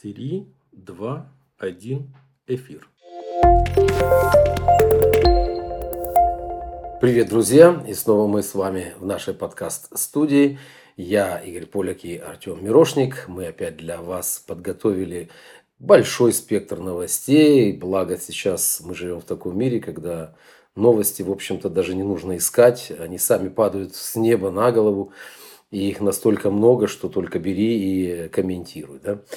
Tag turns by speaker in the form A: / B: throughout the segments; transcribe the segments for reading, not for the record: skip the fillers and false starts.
A: 3, 2, 1, эфир.
B: Привет, друзья! И снова мы с вами в нашей подкаст-студии. Я Игорь Поляк и Артем Мирошник. Мы опять для вас подготовили большой спектр новостей. Благо сейчас мы живем в таком мире, когда новости, в общем-то, даже не нужно искать. Они сами падают с неба на голову. И их настолько много, что только бери и комментируй.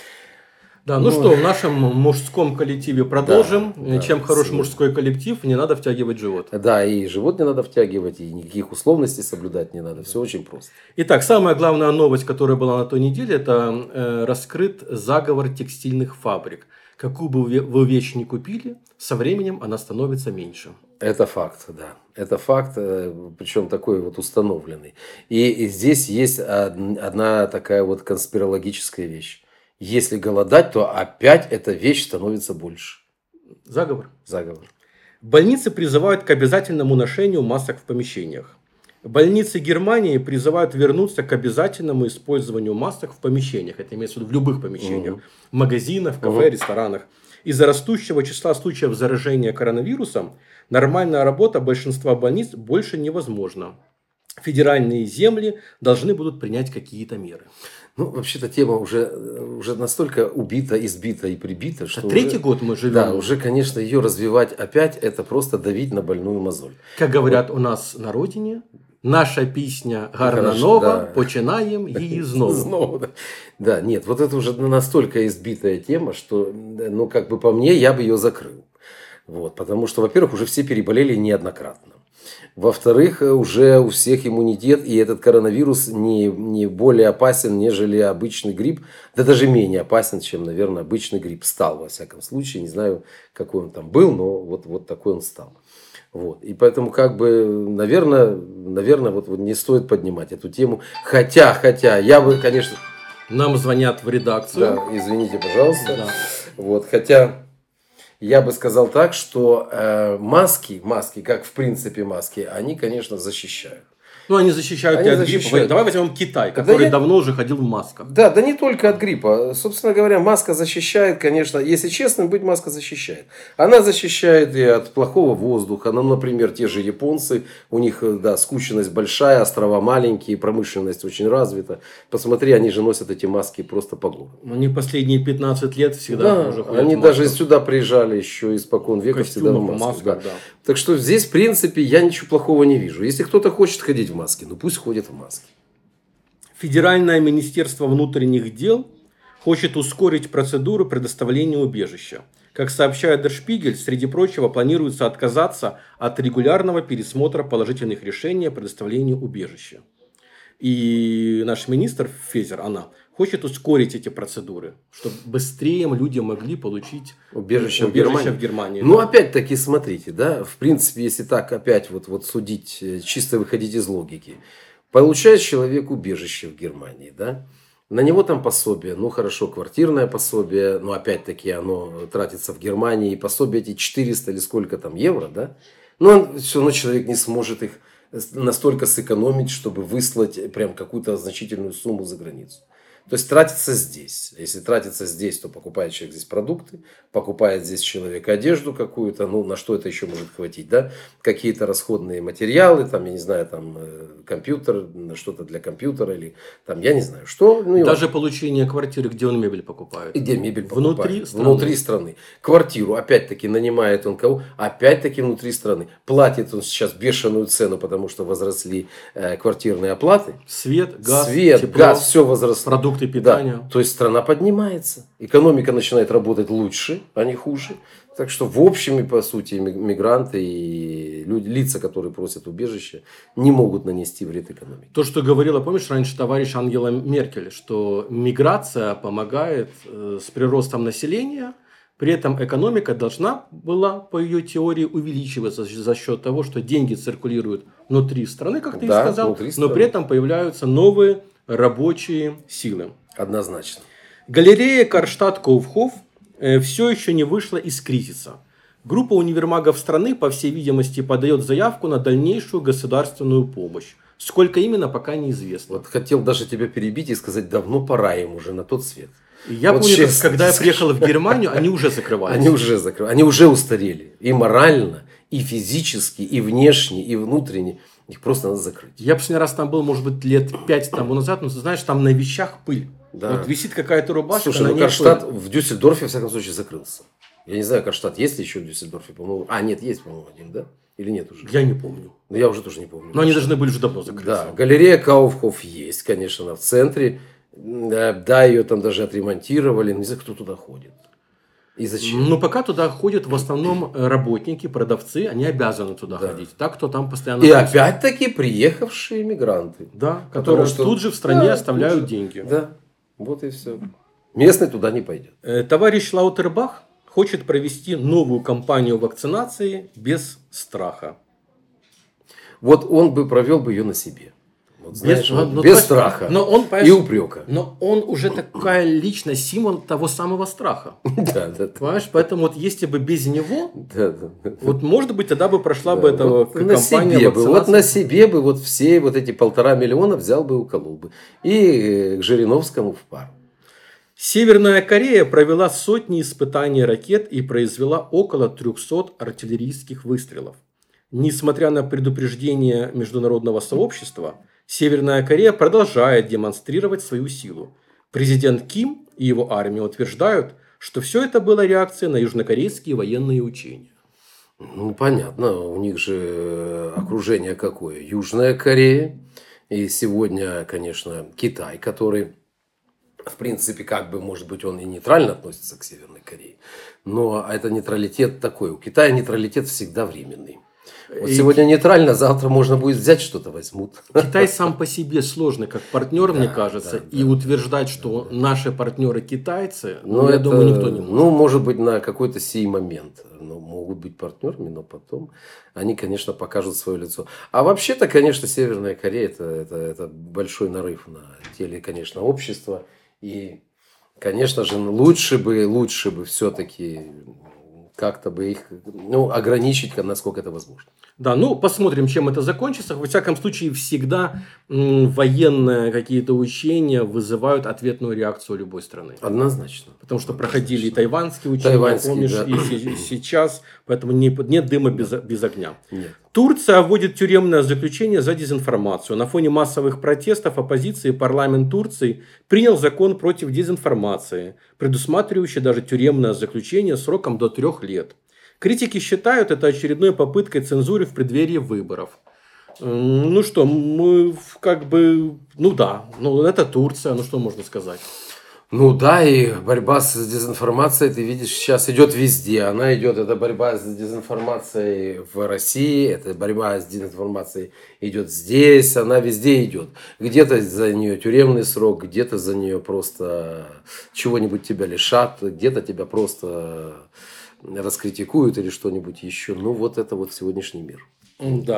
A: Да, ну что, в нашем мужском коллективе продолжим.
B: Да,
A: Чем хорош
B: сегодня.
A: мужской коллектив, не надо втягивать живот.
B: Да, и живот не надо втягивать, и никаких условностей соблюдать не надо. Все очень просто.
A: Итак, самая главная новость, которая была на той неделе, это раскрыт заговор текстильных фабрик. Какую бы вы вещь ни купили, со временем она становится меньше.
B: Это факт, да. Это факт, причем такой вот установленный. И здесь есть одна такая вот конспирологическая вещь. Если голодать, то опять эта вещь становится больше.
A: Заговор.
B: Заговор.
A: Больницы призывают к обязательному ношению масок в помещениях. Больницы Германии призывают вернуться к обязательному использованию масок в помещениях. Это имеется в виду в любых помещениях. В магазинах, в кафе, ресторанах. Из-за растущего числа случаев заражения коронавирусом нормальная работа большинства больниц больше невозможна. Федеральные земли должны будут принять какие-то меры.
B: Ну, вообще-то тема уже настолько убита, избита и прибита, что
A: третий год мы живем.
B: Да, уже, конечно, ее развивать опять, это просто давить на больную мозоль.
A: Как говорят у нас на родине, наша пісня гарна нова,
B: да.
A: Починаем її знову.
B: Да, нет, вот это уже настолько избитая тема, что, ну, как бы по мне, я бы ее закрыл. Вот, потому что, во-первых, уже все переболели неоднократно. Во-вторых, уже у всех иммунитет, и этот коронавирус не более опасен, нежели обычный грипп. Да даже менее опасен, чем, наверное, обычный грипп стал, во всяком случае. Не знаю, какой он там был, но вот такой он стал. Вот. И поэтому, как бы, наверное, вот не стоит поднимать эту тему. Хотя, я бы, конечно...
A: Нам звонят в редакцию.
B: Да, извините, пожалуйста.
A: Да.
B: Вот, хотя... Я бы сказал так, что маски, как в принципе маски, они, конечно, защищают.
A: Ну, они защищают тебя от гриппа. Давай возьмем Китай, который давно уже ходил в масках.
B: Да не только от гриппа. Собственно говоря, маска защищает, конечно, если честно быть, маска защищает. Она защищает и от плохого воздуха. Ну, например, те же японцы, у них, да, скученность большая, острова маленькие, промышленность очень развита. Посмотри, они же носят эти маски просто по городу.
A: Они последние 15 лет всегда уже ходят
B: они
A: в масках.
B: даже сюда приезжали еще испокон века, всегда в масках. Да. Так что здесь, в принципе, я ничего плохого не вижу. Если кто-то хочет ходить в маске, ну пусть ходит в маске.
A: Федеральное министерство внутренних дел хочет ускорить процедуру предоставления убежища. Как сообщает Der Spiegel, среди прочего, планируется отказаться от регулярного пересмотра положительных решений о предоставлении убежища. И наш министр Фезер, она хочет ускорить эти процедуры, чтобы быстрее люди могли получить убежище в Германии.
B: Ну, опять-таки, смотрите, да, в принципе, если так опять вот судить, чисто выходить из логики. Получает человек убежище в Германии, да, на него там пособие, ну, хорошо, квартирное пособие, но опять-таки оно тратится в Германии, и пособие эти 400 или сколько там евро, да, но все равно человек не сможет их настолько сэкономить, чтобы выслать прям какую-то значительную сумму за границу. То есть тратится здесь. Если тратится здесь, то покупает человек здесь продукты, покупает здесь человек одежду какую-то, ну на что это еще может хватить, да? Какие-то расходные материалы, там, я не знаю, там компьютер, что-то для компьютера или там, я не знаю, что. Ну,
A: даже получение квартиры, где он мебель покупает.
B: И где мебель покупает? Внутри страны. Квартиру, опять-таки, нанимает он кого? Опять-таки внутри страны. Платит он сейчас бешеную цену, потому что возросли квартирные оплаты.
A: Свет, газ,
B: все возросло.
A: Продукты питания.
B: Да. То есть страна поднимается. Экономика начинает работать лучше, а не хуже. Так что в общем и по сути мигранты и лица, которые просят убежище, не могут нанести вред экономике.
A: То, что говорила, помнишь, раньше товарищ Ангела Меркель, что миграция помогает с приростом населения, при этом экономика должна была, по ее теории, увеличиваться за счет того, что деньги циркулируют внутри страны, как ты и сказал, но при этом появляются новые рабочие силы.
B: Однозначно.
A: Галерея Карштадт Kaufhof все еще не вышла из кризиса. Группа универмагов страны, по всей видимости, подает заявку на дальнейшую государственную помощь. Сколько именно, пока неизвестно.
B: Вот хотел даже тебя перебить и сказать, давно пора им уже на тот свет.
A: Я
B: Вот
A: помню,
B: честно
A: когда я
B: скажу.
A: приехал в Германию, они уже закрывались.
B: Они уже устарели. И морально, и физически, и внешне, и внутренне. Их просто надо закрыть.
A: Я последний раз там был, может быть, лет 5 тому назад, но ты знаешь, там на вещах пыль.
B: Да.
A: Вот висит какая-то рубашка,
B: Слушай,
A: на
B: ну
A: ней
B: Карштадт
A: пыль.
B: в Дюссельдорфе, в всяком случае, закрылся. Я не знаю, Карштадт есть ли еще в Дюссельдорфе, по-моему. Нет, есть, по-моему, один, да? Или нет уже?
A: Я не помню.
B: Ну, я уже тоже не помню.
A: Но они должны были уже давно закрыться.
B: Да, галерея Кауфхоф есть, конечно, она в центре. Да, ее там даже отремонтировали. Не знаю, кто туда ходит. И зачем?
A: Ну, пока туда ходят в основном работники, продавцы, они обязаны туда ходить. Так, кто там постоянно...
B: И опять-таки приехавшие мигранты.
A: Да, которые тут же в стране оставляют деньги.
B: Да, вот и все. Местный туда не пойдет.
A: Товарищ Лаутербах хочет провести новую кампанию вакцинации без страха.
B: Вот он бы провел бы ее на себе. Вот, знаешь,
A: ну,
B: без страха и упрека.
A: Но он уже такая личность, символ того самого страха.
B: Да.
A: Понимаешь? Поэтому вот если бы без него,
B: Да.
A: вот может быть тогда бы прошла бы эта
B: Вот
A: кампания вакцинации.
B: Вот на себе бы вот все вот эти 1,5 миллиона взял бы и уколол бы. И к Жириновскому в пару.
A: Северная Корея провела сотни испытаний ракет и произвела около 300 артиллерийских выстрелов. Несмотря на предупреждение международного сообщества, Северная Корея продолжает демонстрировать свою силу. Президент Ким и его армия утверждают, что все это было реакцией на южнокорейские военные учения.
B: Ну, понятно, у них же окружение какое? Южная Корея. И сегодня, конечно, Китай, который, в принципе, как бы, может быть, он и нейтрально относится к Северной Корее. Но это нейтралитет такой. У Китая нейтралитет всегда временный. Вот сегодня нейтрально, завтра можно будет взять, что-то возьмут.
A: Китай сам по себе сложный как партнер, мне кажется. И утверждать, что наши партнеры китайцы, я думаю, никто не может.
B: Ну, может быть, на какой-то сей момент. Но могут быть партнерами, но потом они, конечно, покажут свое лицо. А вообще-то, конечно, Северная Корея это большой нарыв на теле, конечно, общества. И, конечно же, лучше бы все-таки как-то бы их ограничить, насколько это возможно.
A: Да, посмотрим, чем это закончится. Во всяком случае, всегда военные какие-то учения вызывают ответную реакцию любой страны.
B: Однозначно.
A: Потому что проходили и тайваньские учения, помнишь, да. И сейчас. Поэтому нет дыма без огня.
B: Нет.
A: Турция вводит тюремное заключение за дезинформацию. На фоне массовых протестов оппозиции парламент Турции принял закон против дезинформации, предусматривающий даже тюремное заключение сроком до 3 лет. Критики считают это очередной попыткой цензуры в преддверии выборов. Ну что, мы это Турция, что можно сказать?
B: Ну да, и борьба с дезинформацией, ты видишь, сейчас идет везде. Она идет, эта борьба с дезинформацией в России, эта борьба с дезинформацией идет здесь, она везде идет. Где-то за нее тюремный срок, где-то за нее просто чего-нибудь тебя лишат, где-то тебя просто раскритикуют или что-нибудь еще. Ну вот это вот сегодняшний мир.
A: Да,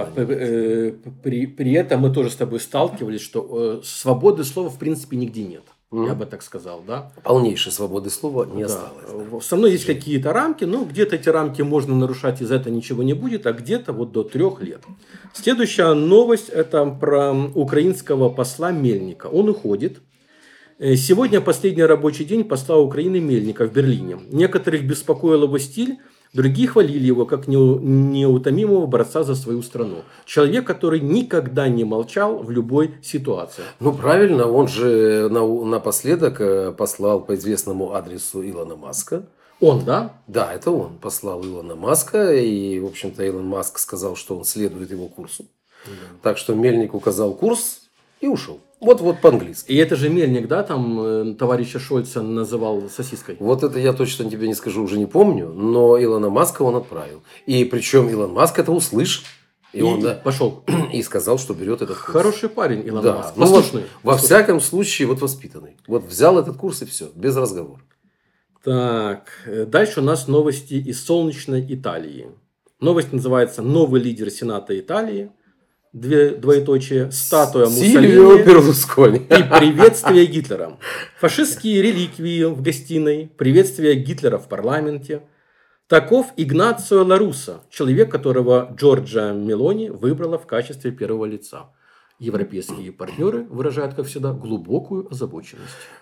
A: при этом мы тоже с тобой сталкивались, что свободы слова в принципе нигде нет. Я бы так сказал, да?
B: Полнейшей свободы слова не осталось. Да.
A: Все равно есть какие-то рамки, но где-то эти рамки можно нарушать, из-за этого ничего не будет, а где-то вот до 3 лет. Следующая новость – это про украинского посла Мельника. Он уходит. Сегодня последний рабочий день посла Украины Мельника в Берлине. Некоторых беспокоил его стиль, другие хвалили его как неутомимого борца за свою страну. Человек, который никогда не молчал в любой ситуации.
B: Ну правильно, он же напоследок послал по известному адресу Илона Маска.
A: Он, да?
B: Да, это он послал Илона Маска. И, в общем-то, Илон Маск сказал, что он следует его курсу. Так что Мельник указал курс и ушел. Вот по-английски.
A: И это же Мельник, да, там товарища Шольца называл сосиской?
B: Вот это я точно тебе не скажу, уже не помню. Но Илона Маска он отправил. И причем Илон Маск это услышал. И он
A: пошел.
B: И сказал, что берет этот курс.
A: Хороший парень Илон Маск.
B: Послушный. Во всяком случае, воспитанный. Взял этот курс и все, без разговора.
A: Так, дальше у нас новости из солнечной Италии. Новость называется «Новый лидер Сената Италии». Двоеточие, статуя Муссолини
B: Берлускони
A: и приветствие Гитлера. Фашистские реликвии в гостиной, приветствие Гитлера в парламенте. Таков Игнацио Ла Руssa, человек, которого Джорджа Мелони выбрала в качестве первого лица. Европейские партнеры выражают, как всегда, глубокую озабоченность.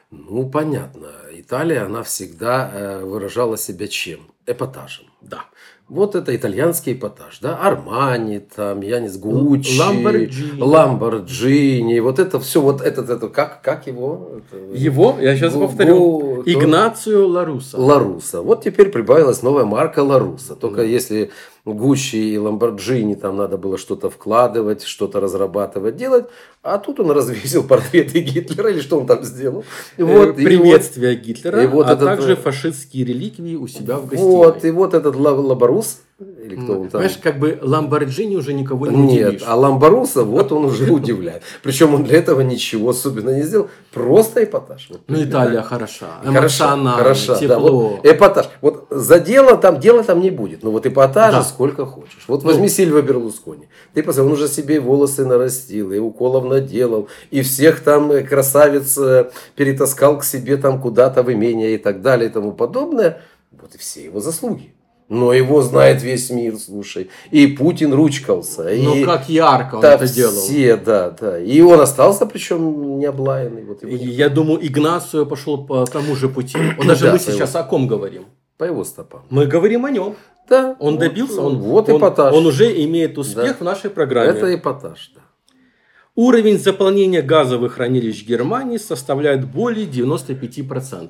B: Ну, понятно. Италия, она всегда выражала себя чем? Эпатажем.
A: Да.
B: Вот это итальянский эпатаж, да, Армани, там, я не знаю, Гуччи,
A: Lamborghini.
B: Lamborghini, вот это все, вот это как его?
A: Его, я сейчас повторю, Игнацио Ларуса.
B: Ларуса. Вот теперь прибавилась новая марка Ларуса. Только если Гуччи и Lamborghini там надо было что-то вкладывать, что-то разрабатывать, делать, а тут он развесил портреты Гитлера, или что он там сделал?
A: Вот, приветствие Гитлера,
B: и вот
A: а
B: этот,
A: также фашистские реликвии у себя в гостиной.
B: Вот, и вот этот Лабарус, или кто он там?
A: Понимаешь, как бы Lamborghini уже никого не
B: Нет,
A: удивишь.
B: а Ламбаруса, вот он уже удивляет. Причем он для этого ничего особенно не сделал. Просто эпатаж. Вот,
A: ну, Италия хороша.
B: Хороша,
A: тепло.
B: да, вот эпатаж. Вот за дела там не будет. Но вот эпатажа сколько хочешь. Вот возьми Сильвио Берлускони. Ты посмотри, он уже себе волосы нарастил, и уколов наделал, и всех там красавиц перетаскал к себе там куда-то в имение и так далее и тому подобное. Вот и все его заслуги. Но его знает весь мир, слушай. И Путин ручкался.
A: Ну, как ярко он это делал.
B: Все, да. И он остался, причем не облаянный. Вот
A: я думаю, Игнацио пошел по тому же пути. Он даже мы сейчас о ком говорим?
B: По его стопам.
A: Мы говорим о нем.
B: Да.
A: Он добился,
B: эпатаж.
A: Он уже имеет успех в нашей программе.
B: Это эпатаж, да.
A: Уровень заполнения газовых хранилищ Германии составляет более 95%.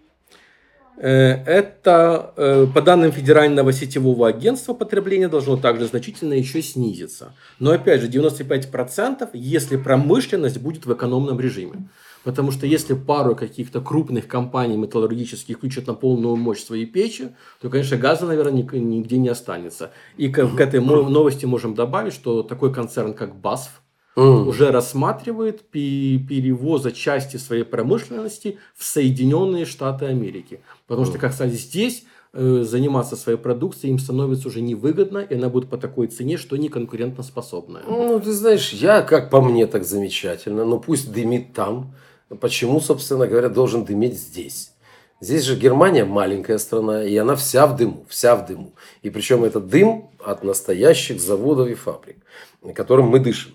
A: Это, по данным Федерального сетевого агентства, потребление должно также значительно еще снизиться. Но опять же, 95%, если промышленность будет в экономном режиме. Потому что если пару каких-то крупных компаний металлургических включат на полную мощь свои печи, то, конечно, газа, наверное, нигде не останется. И к этой новости можем добавить, что такой концерн, как BASF, уже рассматривает перевоза части своей промышленности в Соединенные Штаты Америки. Потому что, как сказать, здесь заниматься своей продукцией им становится уже невыгодно, и она будет по такой цене, что не конкурентоспособная.
B: Ну, ты знаешь, как по мне, так замечательно. Но пусть дымит там. Почему, собственно говоря, должен дыметь здесь? Здесь же Германия маленькая страна, и она вся в дыму, вся в дыму. И причем это дым от настоящих заводов и фабрик, которым мы дышим.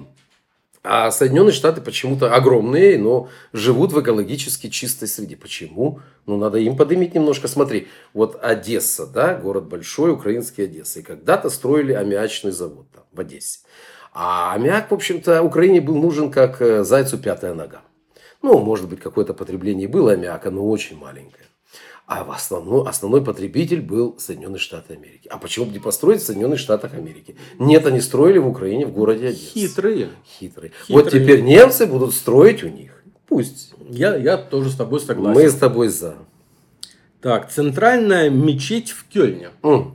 B: А Соединенные Штаты почему-то огромные, но живут в экологически чистой среде. Почему? Ну, надо им подымить немножко. Смотри, вот Одесса, да, город большой, украинский Одесса. И когда-то строили аммиачный завод там, в Одессе. А аммиак, в общем-то, Украине был нужен как зайцу пятая нога. Ну, может быть, какое-то потребление было аммиака, но очень маленькое. А основной потребитель был Соединенные Штаты Америки. А почему бы не построить в Соединенных Штатах Америки? Нет, они строили в Украине, в городе Одесса.
A: Хитрые.
B: Вот теперь немцы будут строить у них. Пусть.
A: Я тоже с тобой согласен.
B: Мы с тобой за.
A: Так, центральная мечеть в Кёльне.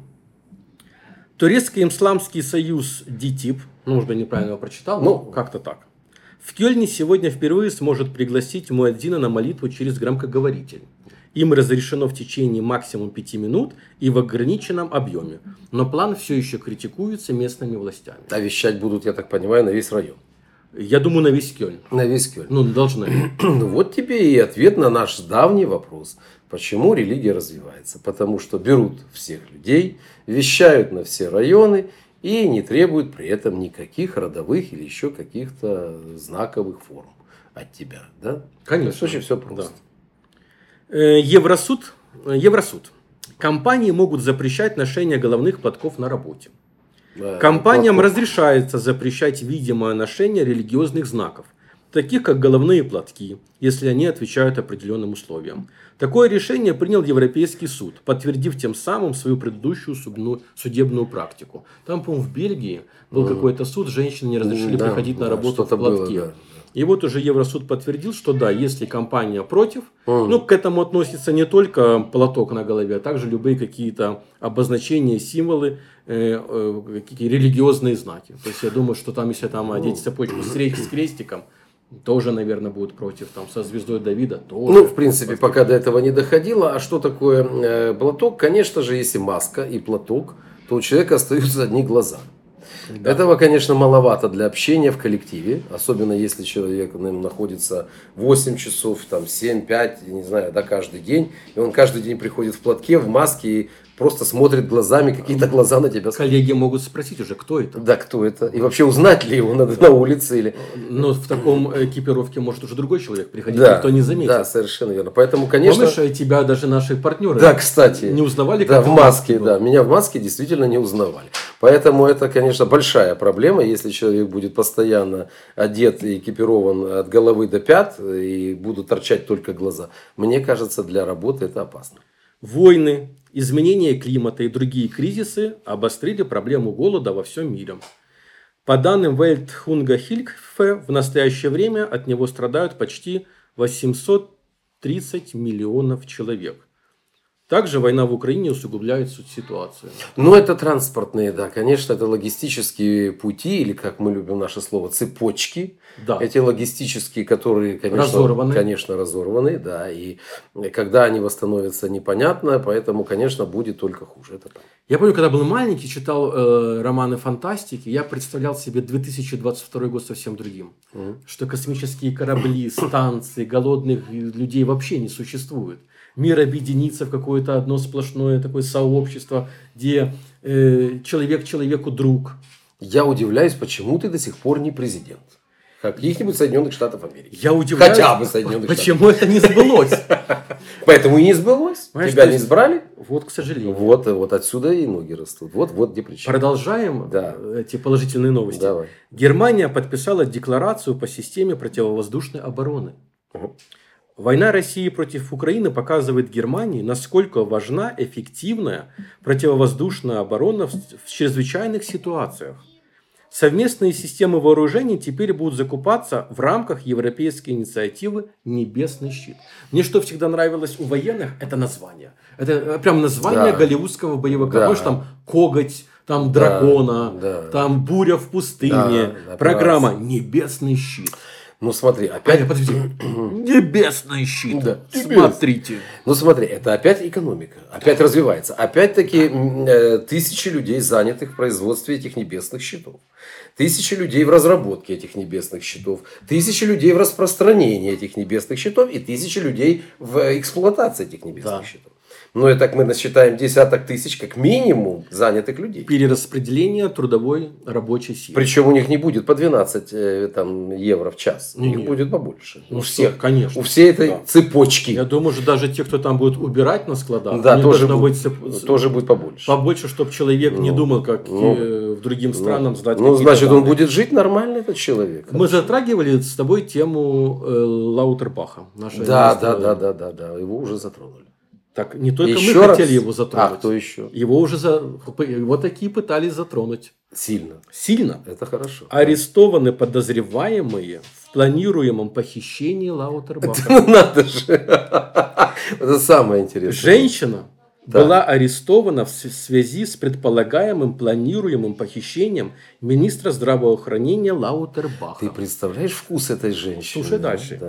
A: Турецко-исламский союз ДИТИБ, может быть, неправильно его прочитал, но как-то так. В Кёльне сегодня впервые сможет пригласить муэдзина на молитву через громкоговоритель. Им разрешено в течение максимум 5 минут и в ограниченном объеме. Но план все еще критикуется местными властями.
B: А вещать будут, я так понимаю, на весь район.
A: Я думаю, на весь Кёльн.
B: На весь Кёльн.
A: Ну, должны.
B: Ну, вот тебе и ответ на наш давний вопрос. Почему религия развивается? Потому что берут всех людей, вещают на все районы и не требуют при этом никаких родовых или еще каких-то знаковых форм от тебя. Да?
A: Конечно.
B: Очень все просто.
A: Да. Евросуд. Компании могут запрещать ношение головных платков на работе. Компаниям разрешается запрещать видимое ношение религиозных знаков, таких как головные платки, если они отвечают определенным условиям. Такое решение принял Европейский суд, подтвердив тем самым свою предыдущую судебную практику. Там, по-моему, в Бельгии был какой-то суд, женщины не разрешили приходить на работу в платке.
B: Было, да.
A: И вот уже Евросуд подтвердил, что да, если компания против, ну, к этому относится не только платок на голове, а также любые какие-то обозначения, символы, какие религиозные знаки. То есть я думаю, что там, если там одеть цепочку с крестиком, тоже, наверное, будут против. Там со звездой Давида тоже.
B: Ну, в принципе, пока до этого не доходило. А что такое платок? Конечно же, если маска и платок, то у человека остаются одни глаза. Да. Этого, конечно, маловато для общения в коллективе. Особенно если человек находится 8 часов, там, 7, 5, не знаю, да, каждый день. И он каждый день приходит в платке, в маске. И просто смотрит глазами, какие-то глаза на тебя смотрят.
A: Коллеги могут спросить уже, кто это.
B: Да, кто это? И вообще узнать ли его надо на улице или...
A: Но в таком экипировке может уже другой человек приходить,
B: Да,
A: никто не заметит.
B: да, совершенно верно. Поэтому, конечно...
A: Помнишь, тебя даже наши партнеры
B: Да, кстати.
A: не узнавали,
B: Да,
A: как
B: в маске, да. Меня в маске действительно не узнавали. Поэтому это, конечно, большая проблема, если человек будет постоянно одет и экипирован от головы до пят, и будут торчать только глаза. Мне кажется, для работы это опасно.
A: Войны, изменение климата и другие кризисы обострили проблему голода во всем мире. По данным Welthungerhilfe, в настоящее время от него страдают почти 830 миллионов человек. Также война в Украине усугубляет ситуацию.
B: Ну, это транспортные, да, конечно, это логистические пути, или, как мы любим наше слово, цепочки.
A: Да.
B: Эти логистические, которые, конечно, разорваны, да, и когда они восстановятся, непонятно, поэтому, конечно, будет только хуже. Это так.
A: Я помню, когда был маленький, читал романы фантастики, я представлял себе 2022 год совсем другим. Что космические корабли, станции, голодных людей вообще не существует. Мир объединится в какое-то одно сплошное такое сообщество, где человек человеку друг.
B: Я удивляюсь, почему ты до сих пор не президент каких-нибудь Соединенных Штатов Америки.
A: Я удивляюсь,
B: хотя бы Соединенных Штатов.
A: Почему это не сбылось.
B: Поэтому и не сбылось.
A: Понимаешь,
B: Тебя не избрали.
A: Вот, к сожалению.
B: Вот отсюда и ноги растут. Вот где причина.
A: Продолжаем эти положительные новости.
B: Давай.
A: Германия подписала декларацию по системе противовоздушной обороны. Война России против Украины показывает Германии, насколько важна эффективная противовоздушная оборона в чрезвычайных ситуациях. Совместные системы вооружений теперь будут закупаться в рамках европейской инициативы «Небесный щит». Мне что всегда нравилось у военных, это название. Это прям название голливудского боевика. Знаешь, там коготь, там дракона, там буря в пустыне, программа «Небесный щит».
B: Ну смотри, опять...
A: Подожди. Небесный щит.
B: Да.
A: Смотрите.
B: Ну смотри, это опять экономика. Опять развивается. Опять-таки тысячи людей, занятых в производстве этих небесных щитов. Тысячи людей в разработке этих небесных щитов. Тысячи людей в распространении этих небесных щитов. И тысячи людей в эксплуатации этих небесных щитов. Ну, и так мы насчитаем десяток тысяч, как минимум, занятых людей.
A: Перераспределение трудовой рабочей силы.
B: Причем у них не будет по 12 евро в час. У них будет побольше.
A: У всех, конечно.
B: У всей этой цепочки.
A: Я думаю, что даже те, кто там будет убирать на складах,
B: тоже будет побольше.
A: Побольше, чтобы человек не думал, как в другим странам сдать.
B: Ну, значит, он будет жить нормально, этот человек.
A: Мы затрагивали с тобой тему Лаутербаха.
B: Да. Его уже затронули.
A: Так, не только мы хотели его затронуть.
B: А кто еще?
A: Его такие пытались затронуть.
B: Сильно? Это хорошо.
A: Арестованы подозреваемые в планируемом похищении Лаутербаха.
B: Ну надо же. Это самое интересное.
A: Женщина была арестована в связи с предполагаемым планируемым похищением министра здравоохранения Лаутербаха.
B: Ты представляешь вкус этой женщины?
A: Слушай дальше.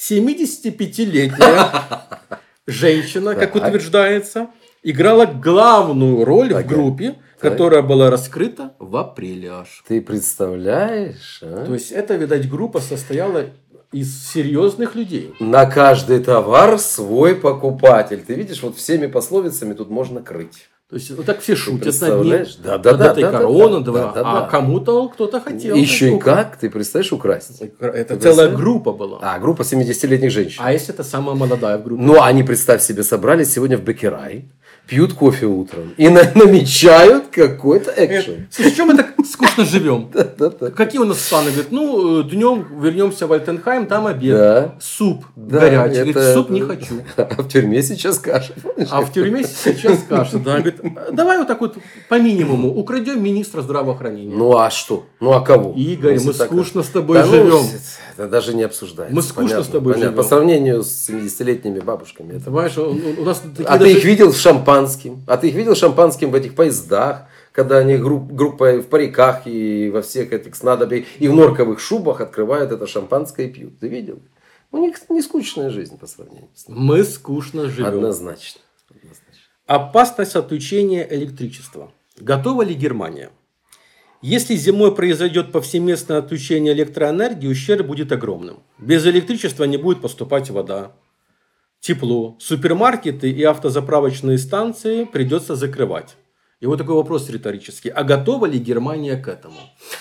A: 75-летняя женщина, как утверждается, играла главную роль в группе, которая была раскрыта в апреле аж.
B: Ты представляешь?
A: То есть, эта, видать, группа состояла из серьезных людей.
B: На каждый товар свой покупатель. Ты видишь, вот всеми пословицами тут можно крыть.
A: То есть, вот так все шутят над ним.
B: Над
A: этой короной. А кому-то кто-то хотел.
B: Еще и как? Ты представляешь, украсть?
A: Это целая группа была.
B: Группа 70-летних женщин.
A: А если это самая молодая в группе?
B: Ну, они, представь себе, собрались сегодня в Бекерай, пьют кофе утром и намечают какой-то экшен.
A: С чем мы так скучно живем? Какие у нас планы? Говорит, днем вернемся в Альтенхайм, там обед. Суп горячий. Говорит, суп не хочу.
B: А в тюрьме сейчас каша.
A: А в тюрьме сейчас каша. Говорит, давай вот так вот по минимуму украдем министра здравоохранения.
B: Ну а что? Ну а кого?
A: Игорь, мы скучно с тобой живем.
B: Это даже не обсуждается.
A: Мы скучно с тобой живем.
B: По сравнению с 70-летними бабушками.
A: Ты понимаешь, у нас...
B: А ты их видел шампанским? А ты их видел шампанским в этих поездах? Когда они группой в париках и во всех этих снадобьях и в норковых шубах открывают это шампанское и пьют. Ты видел? У них не скучная жизнь по сравнению с нами.
A: Мы скучно живем.
B: Однозначно.
A: Опасность отключения электричества. Готова ли Германия? Если зимой произойдет повсеместное отключение электроэнергии, ущерб будет огромным. Без электричества не будет поступать вода. тепло, супермаркеты и автозаправочные станции придется закрывать. И вот такой вопрос риторический. А готова ли Германия к этому?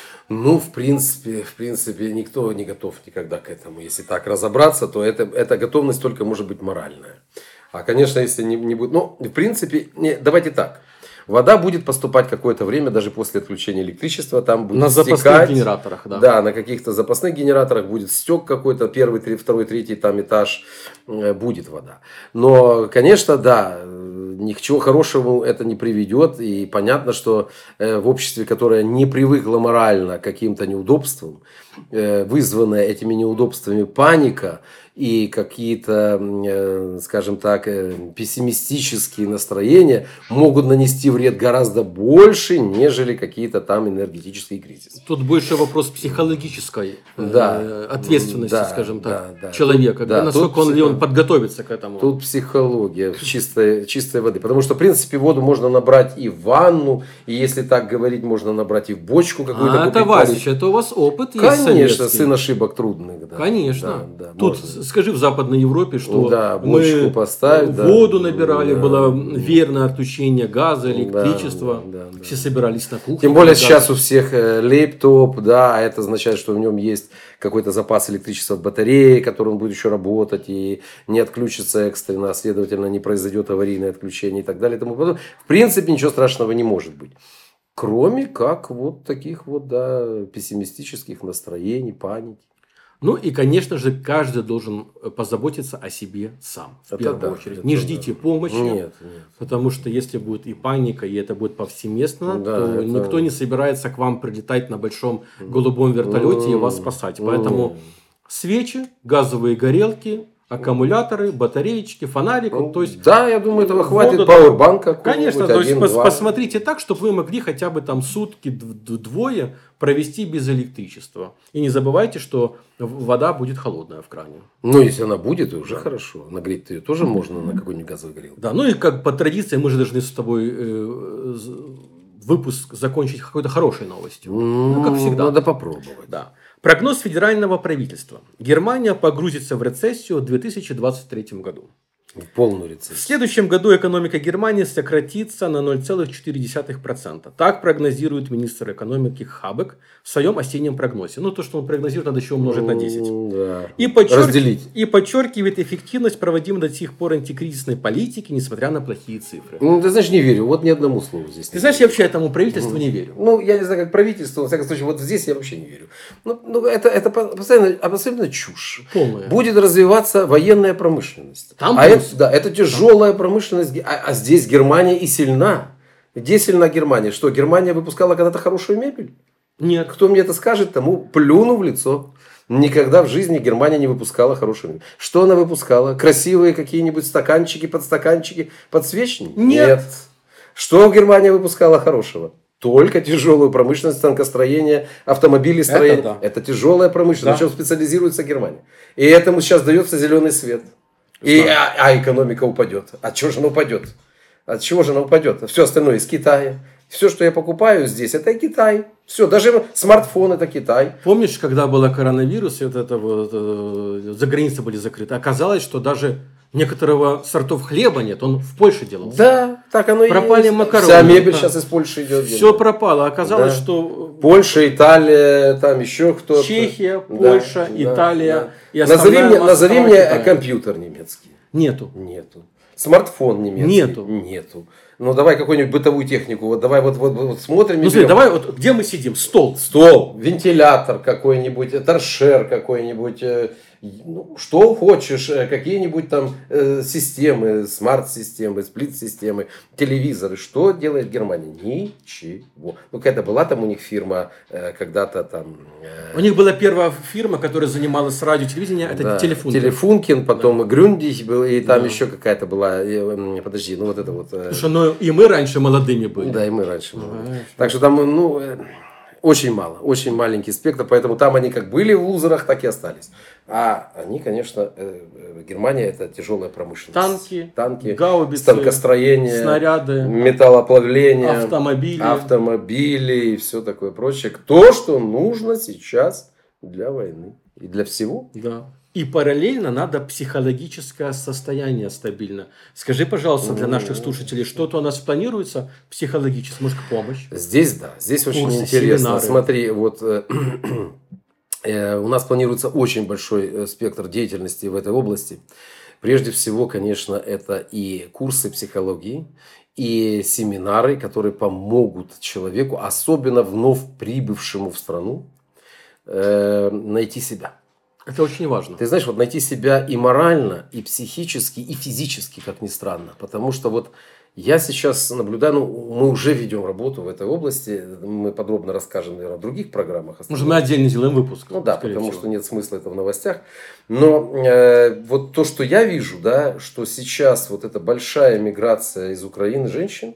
B: Ну, в принципе, никто не готов никогда к этому. Если так разобраться, то эта готовность только может быть моральная. А, конечно, если не будет... Ну, в принципе, давайте так. Вода будет поступать какое-то время, даже после отключения электричества. Там будет
A: на
B: стекать.
A: Запасных генераторах, да.
B: Да, на каких-то запасных генераторах будет стек какой-то. Первый, второй, третий там этаж будет вода. Но, конечно, да, ни к чему хорошему это не приведет. И понятно, что в обществе, которое не привыкло морально к каким-то неудобствам, вызванная этими неудобствами паника и какие-то, скажем так, пессимистические настроения могут нанести вред гораздо больше, нежели какие-то там энергетические кризисы.
A: Тут больше вопрос психологической ответственности, скажем так, человека. Насколько он подготовится к этому.
B: Тут психология чистой воды. Потому что, в принципе, воду можно набрать и в ванну, и если так говорить, можно набрать и в бочку какую-то.
A: Это, Васич, это у вас опыт есть.
B: Конечно, сын ошибок трудных. Да.
A: Конечно.
B: Да,
A: тут
B: можно.
A: Скажи, в Западной Европе, что
B: мы
A: воду набирали, было верное отключение газа, электричества. Все собирались на кухне.
B: Тем более сейчас у всех лэптоп, а это означает, что в нем есть какой-то запас электричества от батареи, который он будет еще работать и не отключится экстренно, следовательно, не произойдет аварийное отключение и так далее. И тому подобное. В принципе, ничего страшного не может быть. Кроме как вот таких вот, пессимистических настроений, паники.
A: Ну и, конечно же, каждый должен позаботиться о себе сам. В первую очередь. Не ждите помощи.
B: Нет.
A: Потому что если будет и паника, и это будет повсеместно, то никто не собирается к вам прилетать на большом голубом вертолете и вас спасать. Поэтому свечи, газовые горелки, аккумуляторы, батареечки, фонарик. То есть,
B: я думаю, этого хватит. Пауэрбанка.
A: Конечно, то есть посмотрите так, чтобы вы могли хотя бы там сутки, двое провести без электричества. И не забывайте, что вода будет холодная в кране.
B: Ну, если она будет, то уже хорошо. Нагреть ее тоже можно на какой-нибудь газовой горелке.
A: Да, ну и как по традиции мы же должны с тобой выпуск закончить какой-то хорошей новостью. Как всегда.
B: Надо попробовать.
A: Да. Прогноз федерального правительства. Германия погрузится в рецессию в 2023 году.
B: В полную рецессию.
A: В следующем году экономика Германии сократится на 0,4%. Так прогнозирует министр экономики Хабек в своем осеннем прогнозе. Ну, то, что он прогнозирует, надо еще умножить на 10.
B: Да.
A: Разделить. И подчеркивает эффективность проводимой до сих пор антикризисной политики, несмотря на плохие цифры.
B: Ты знаешь, не верю. Вот ни одному слову здесь.
A: Ты знаешь, я вообще этому правительству не верю.
B: Ну, я не знаю, как правительство, во всяком случае, вот здесь я вообще не верю. Это постоянно чушь.
A: Полная.
B: Будет развиваться военная промышленность. Это тяжелая промышленность, а здесь Германия и сильна. Где сильна Германия? Что, Германия выпускала когда-то хорошую мебель?
A: Нет.
B: Кто мне это скажет, тому плюну в лицо. Никогда в жизни Германия не выпускала хорошую мебель. Что она выпускала? Красивые какие-нибудь стаканчики, подстаканчики, подсвечники?
A: Нет.
B: Что Германия выпускала хорошего? Только тяжелую промышленность, станкостроение, автомобилестроение. Это тяжелая промышленность, на чем специализируется Германия. И этому сейчас дается зеленый свет. А экономика упадет. От чего же она упадет? От чего же она упадет? Все остальное из Китая. Все, что я покупаю здесь, это Китай. Все, даже смартфон это Китай.
A: Помнишь, когда был коронавирус, за границы были закрыты, оказалось, что даже некоторого сортов хлеба нет, он в Польше делался.
B: Да, так оно и есть.
A: Пропали макароны.
B: Вся мебель сейчас из Польши идет.
A: Все пропало. Оказалось, что...
B: Польша, Италия, там еще кто-то.
A: Чехия, Польша, Италия. И
B: назови мне компьютер немецкий.
A: Нету.
B: Смартфон немецкий.
A: Нету.
B: Ну, давай какую-нибудь бытовую технику. Давай вот смотрим.
A: Ну, смотри, давай где мы сидим? Стол,
B: вентилятор какой-нибудь, торшер какой-нибудь. Что хочешь, какие-нибудь там системы, смарт-системы, сплит-системы, телевизоры. Что делает Германия? Ничего. Какая-то была там у них фирма когда-то там...
A: У них была первая фирма, которая занималась радио, телевидением, это Телефункин.
B: Телефункин, потом Грюндих был, и там еще какая-то была... Подожди, вот это вот...
A: Слушай, и мы раньше молодыми были.
B: Да, и мы раньше молодыми. Так что там, очень мало, очень маленький спектр, поэтому там они как были в лузерах, так и остались. А они, конечно, Германия это тяжелая промышленность. Танки,
A: гаубицы,
B: станкостроение,
A: снаряды,
B: металлоплавление,
A: автомобили
B: и все такое прочее. То, что нужно сейчас для войны и для всего.
A: Да. И параллельно надо психологическое состояние стабильно. Скажи, пожалуйста, для наших слушателей, что-то у нас планируется психологически, может, помощь?
B: Здесь, да, здесь очень
A: Курсы,
B: интересно.
A: семинары.
B: Смотри, вот у нас планируется очень большой спектр деятельности в этой области. Прежде всего, конечно, это и курсы психологии, и семинары, которые помогут человеку, особенно вновь прибывшему в страну, найти себя.
A: Это очень важно.
B: Ты знаешь, вот найти себя и морально, и психически, и физически, как ни странно. Потому что вот я сейчас наблюдаю, мы уже ведем работу в этой области, мы подробно расскажем, наверное, в других программах.
A: Может, мы отдельно сделаем выпуск.
B: Ну да, потому что нет смысла это в новостях. Но вот то, что я вижу, да, что сейчас вот эта большая миграция из Украины женщин,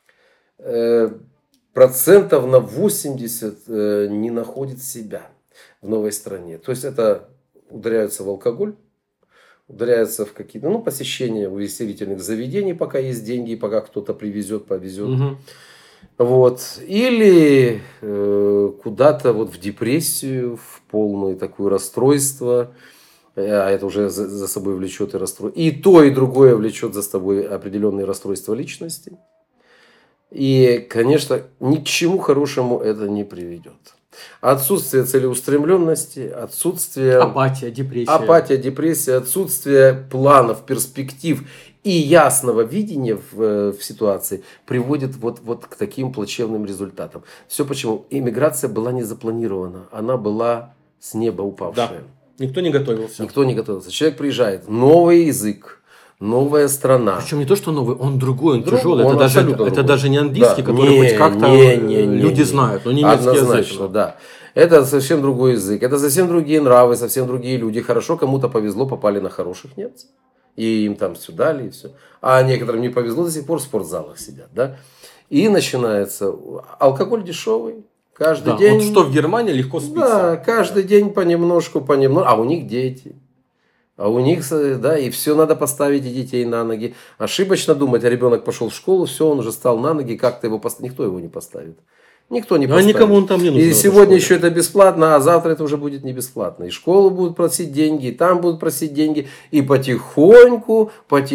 B: процентов на 80 не находит себя в новой стране. То есть это ударяются в алкоголь, ударяются в какие-то посещения увеселительных заведений, пока есть деньги, пока кто-то привезет, повезет.
A: Угу.
B: Вот. Или куда-то вот в депрессию, в полное такое расстройство. А это уже за собой влечет и расстройство. И то, и другое влечет за собой определенные расстройства личности. И, конечно, ни к чему хорошему это не приведет. Отсутствие целеустремленности, отсутствие...
A: Апатия, депрессия.
B: Отсутствие планов, перспектив и ясного видения в ситуации приводит вот к таким плачевным результатам. Все почему? Иммиграция была не запланирована. Она была с неба упавшая.
A: Да. Никто не готовился.
B: Никто не готовился. Человек приезжает, новый язык, новая страна.
A: Причем не то, что новый, он другой, он тяжелый.
B: Он
A: это даже не английский, который хоть как-то люди знают, но не немецкий язык.
B: Да. Это совсем другой язык, это совсем другие нравы, совсем другие люди. Хорошо, кому-то повезло, попали на хороших немцев. И им там все дали, и все. А некоторым не повезло, до сих пор в спортзалах сидят. Да? И начинается алкоголь дешевый. Каждый день.
A: Вот что в Германии легко спится.
B: Да, каждый день понемножку. А у них дети. А у них, да, и все надо поставить и детей на ноги. Ошибочно думать, а ребенок пошел в школу, все, он уже стал на ноги, как-то его поставить. Никто его не поставит. Никто не поставит.
A: А никому он там не нужен.
B: И сегодня еще это бесплатно, а завтра это уже будет не бесплатно. И школу будут просить деньги, и там будут просить деньги. И потихоньку,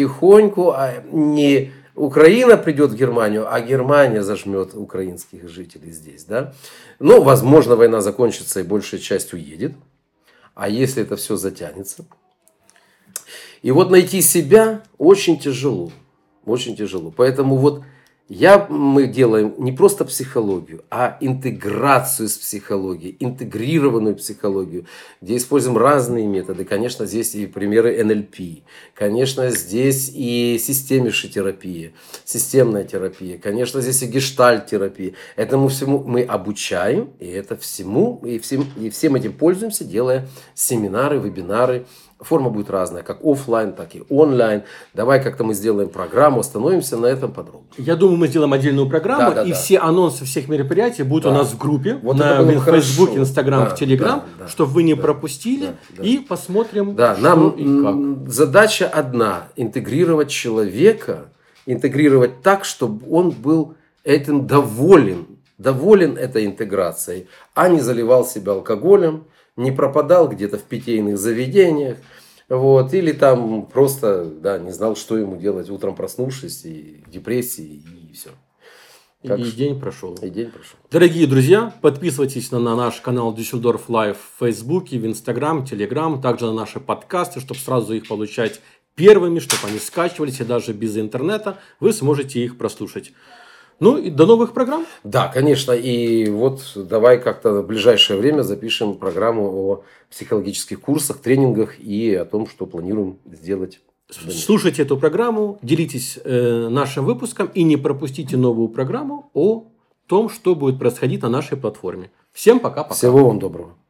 B: не Украина придет в Германию, а Германия зажмет украинских жителей здесь. Да? Ну, возможно, война закончится и большая часть уедет. А если это все затянется? И вот найти себя очень тяжело. Очень тяжело. Поэтому вот мы делаем не просто психологию, а интеграцию с психологией, интегрированную психологию, где используем разные методы. Конечно, здесь и примеры НЛП. Конечно, здесь и системная терапия. Конечно, здесь и гештальт-терапия. Этому всему мы обучаем, и всем этим пользуемся, делая семинары, вебинары. Форма будет разная, как офлайн, так и онлайн. Давай как-то мы сделаем программу, остановимся на этом подробно.
A: Я думаю, мы сделаем отдельную программу, все анонсы всех мероприятий будут у нас в группе,
B: вот
A: в Facebook, Instagram, в Telegram, чтобы вы не пропустили, и посмотрим, что и как.
B: Задача одна – интегрировать человека, интегрировать так, чтобы он был этим доволен этой интеграцией, а не заливал себя алкоголем, не пропадал где-то в питейных заведениях, или там просто не знал, что ему делать утром, проснувшись, и в депрессии, и все.
A: И день прошел.
B: Дорогие
A: друзья, подписывайтесь на наш канал Düsseldorf Live в Фейсбуке, в Инстаграм, Телеграм, также на наши подкасты, чтобы сразу их получать первыми, чтобы они скачивались, и даже без интернета вы сможете их прослушать. Ну и до новых программ.
B: Да, конечно. И вот давай как-то в ближайшее время запишем программу о психологических курсах, тренингах и о том, что планируем сделать.
A: Слушайте эту программу, делитесь нашим выпуском и не пропустите новую программу о том, что будет происходить на нашей платформе. Всем пока-пока.
B: Всего вам доброго.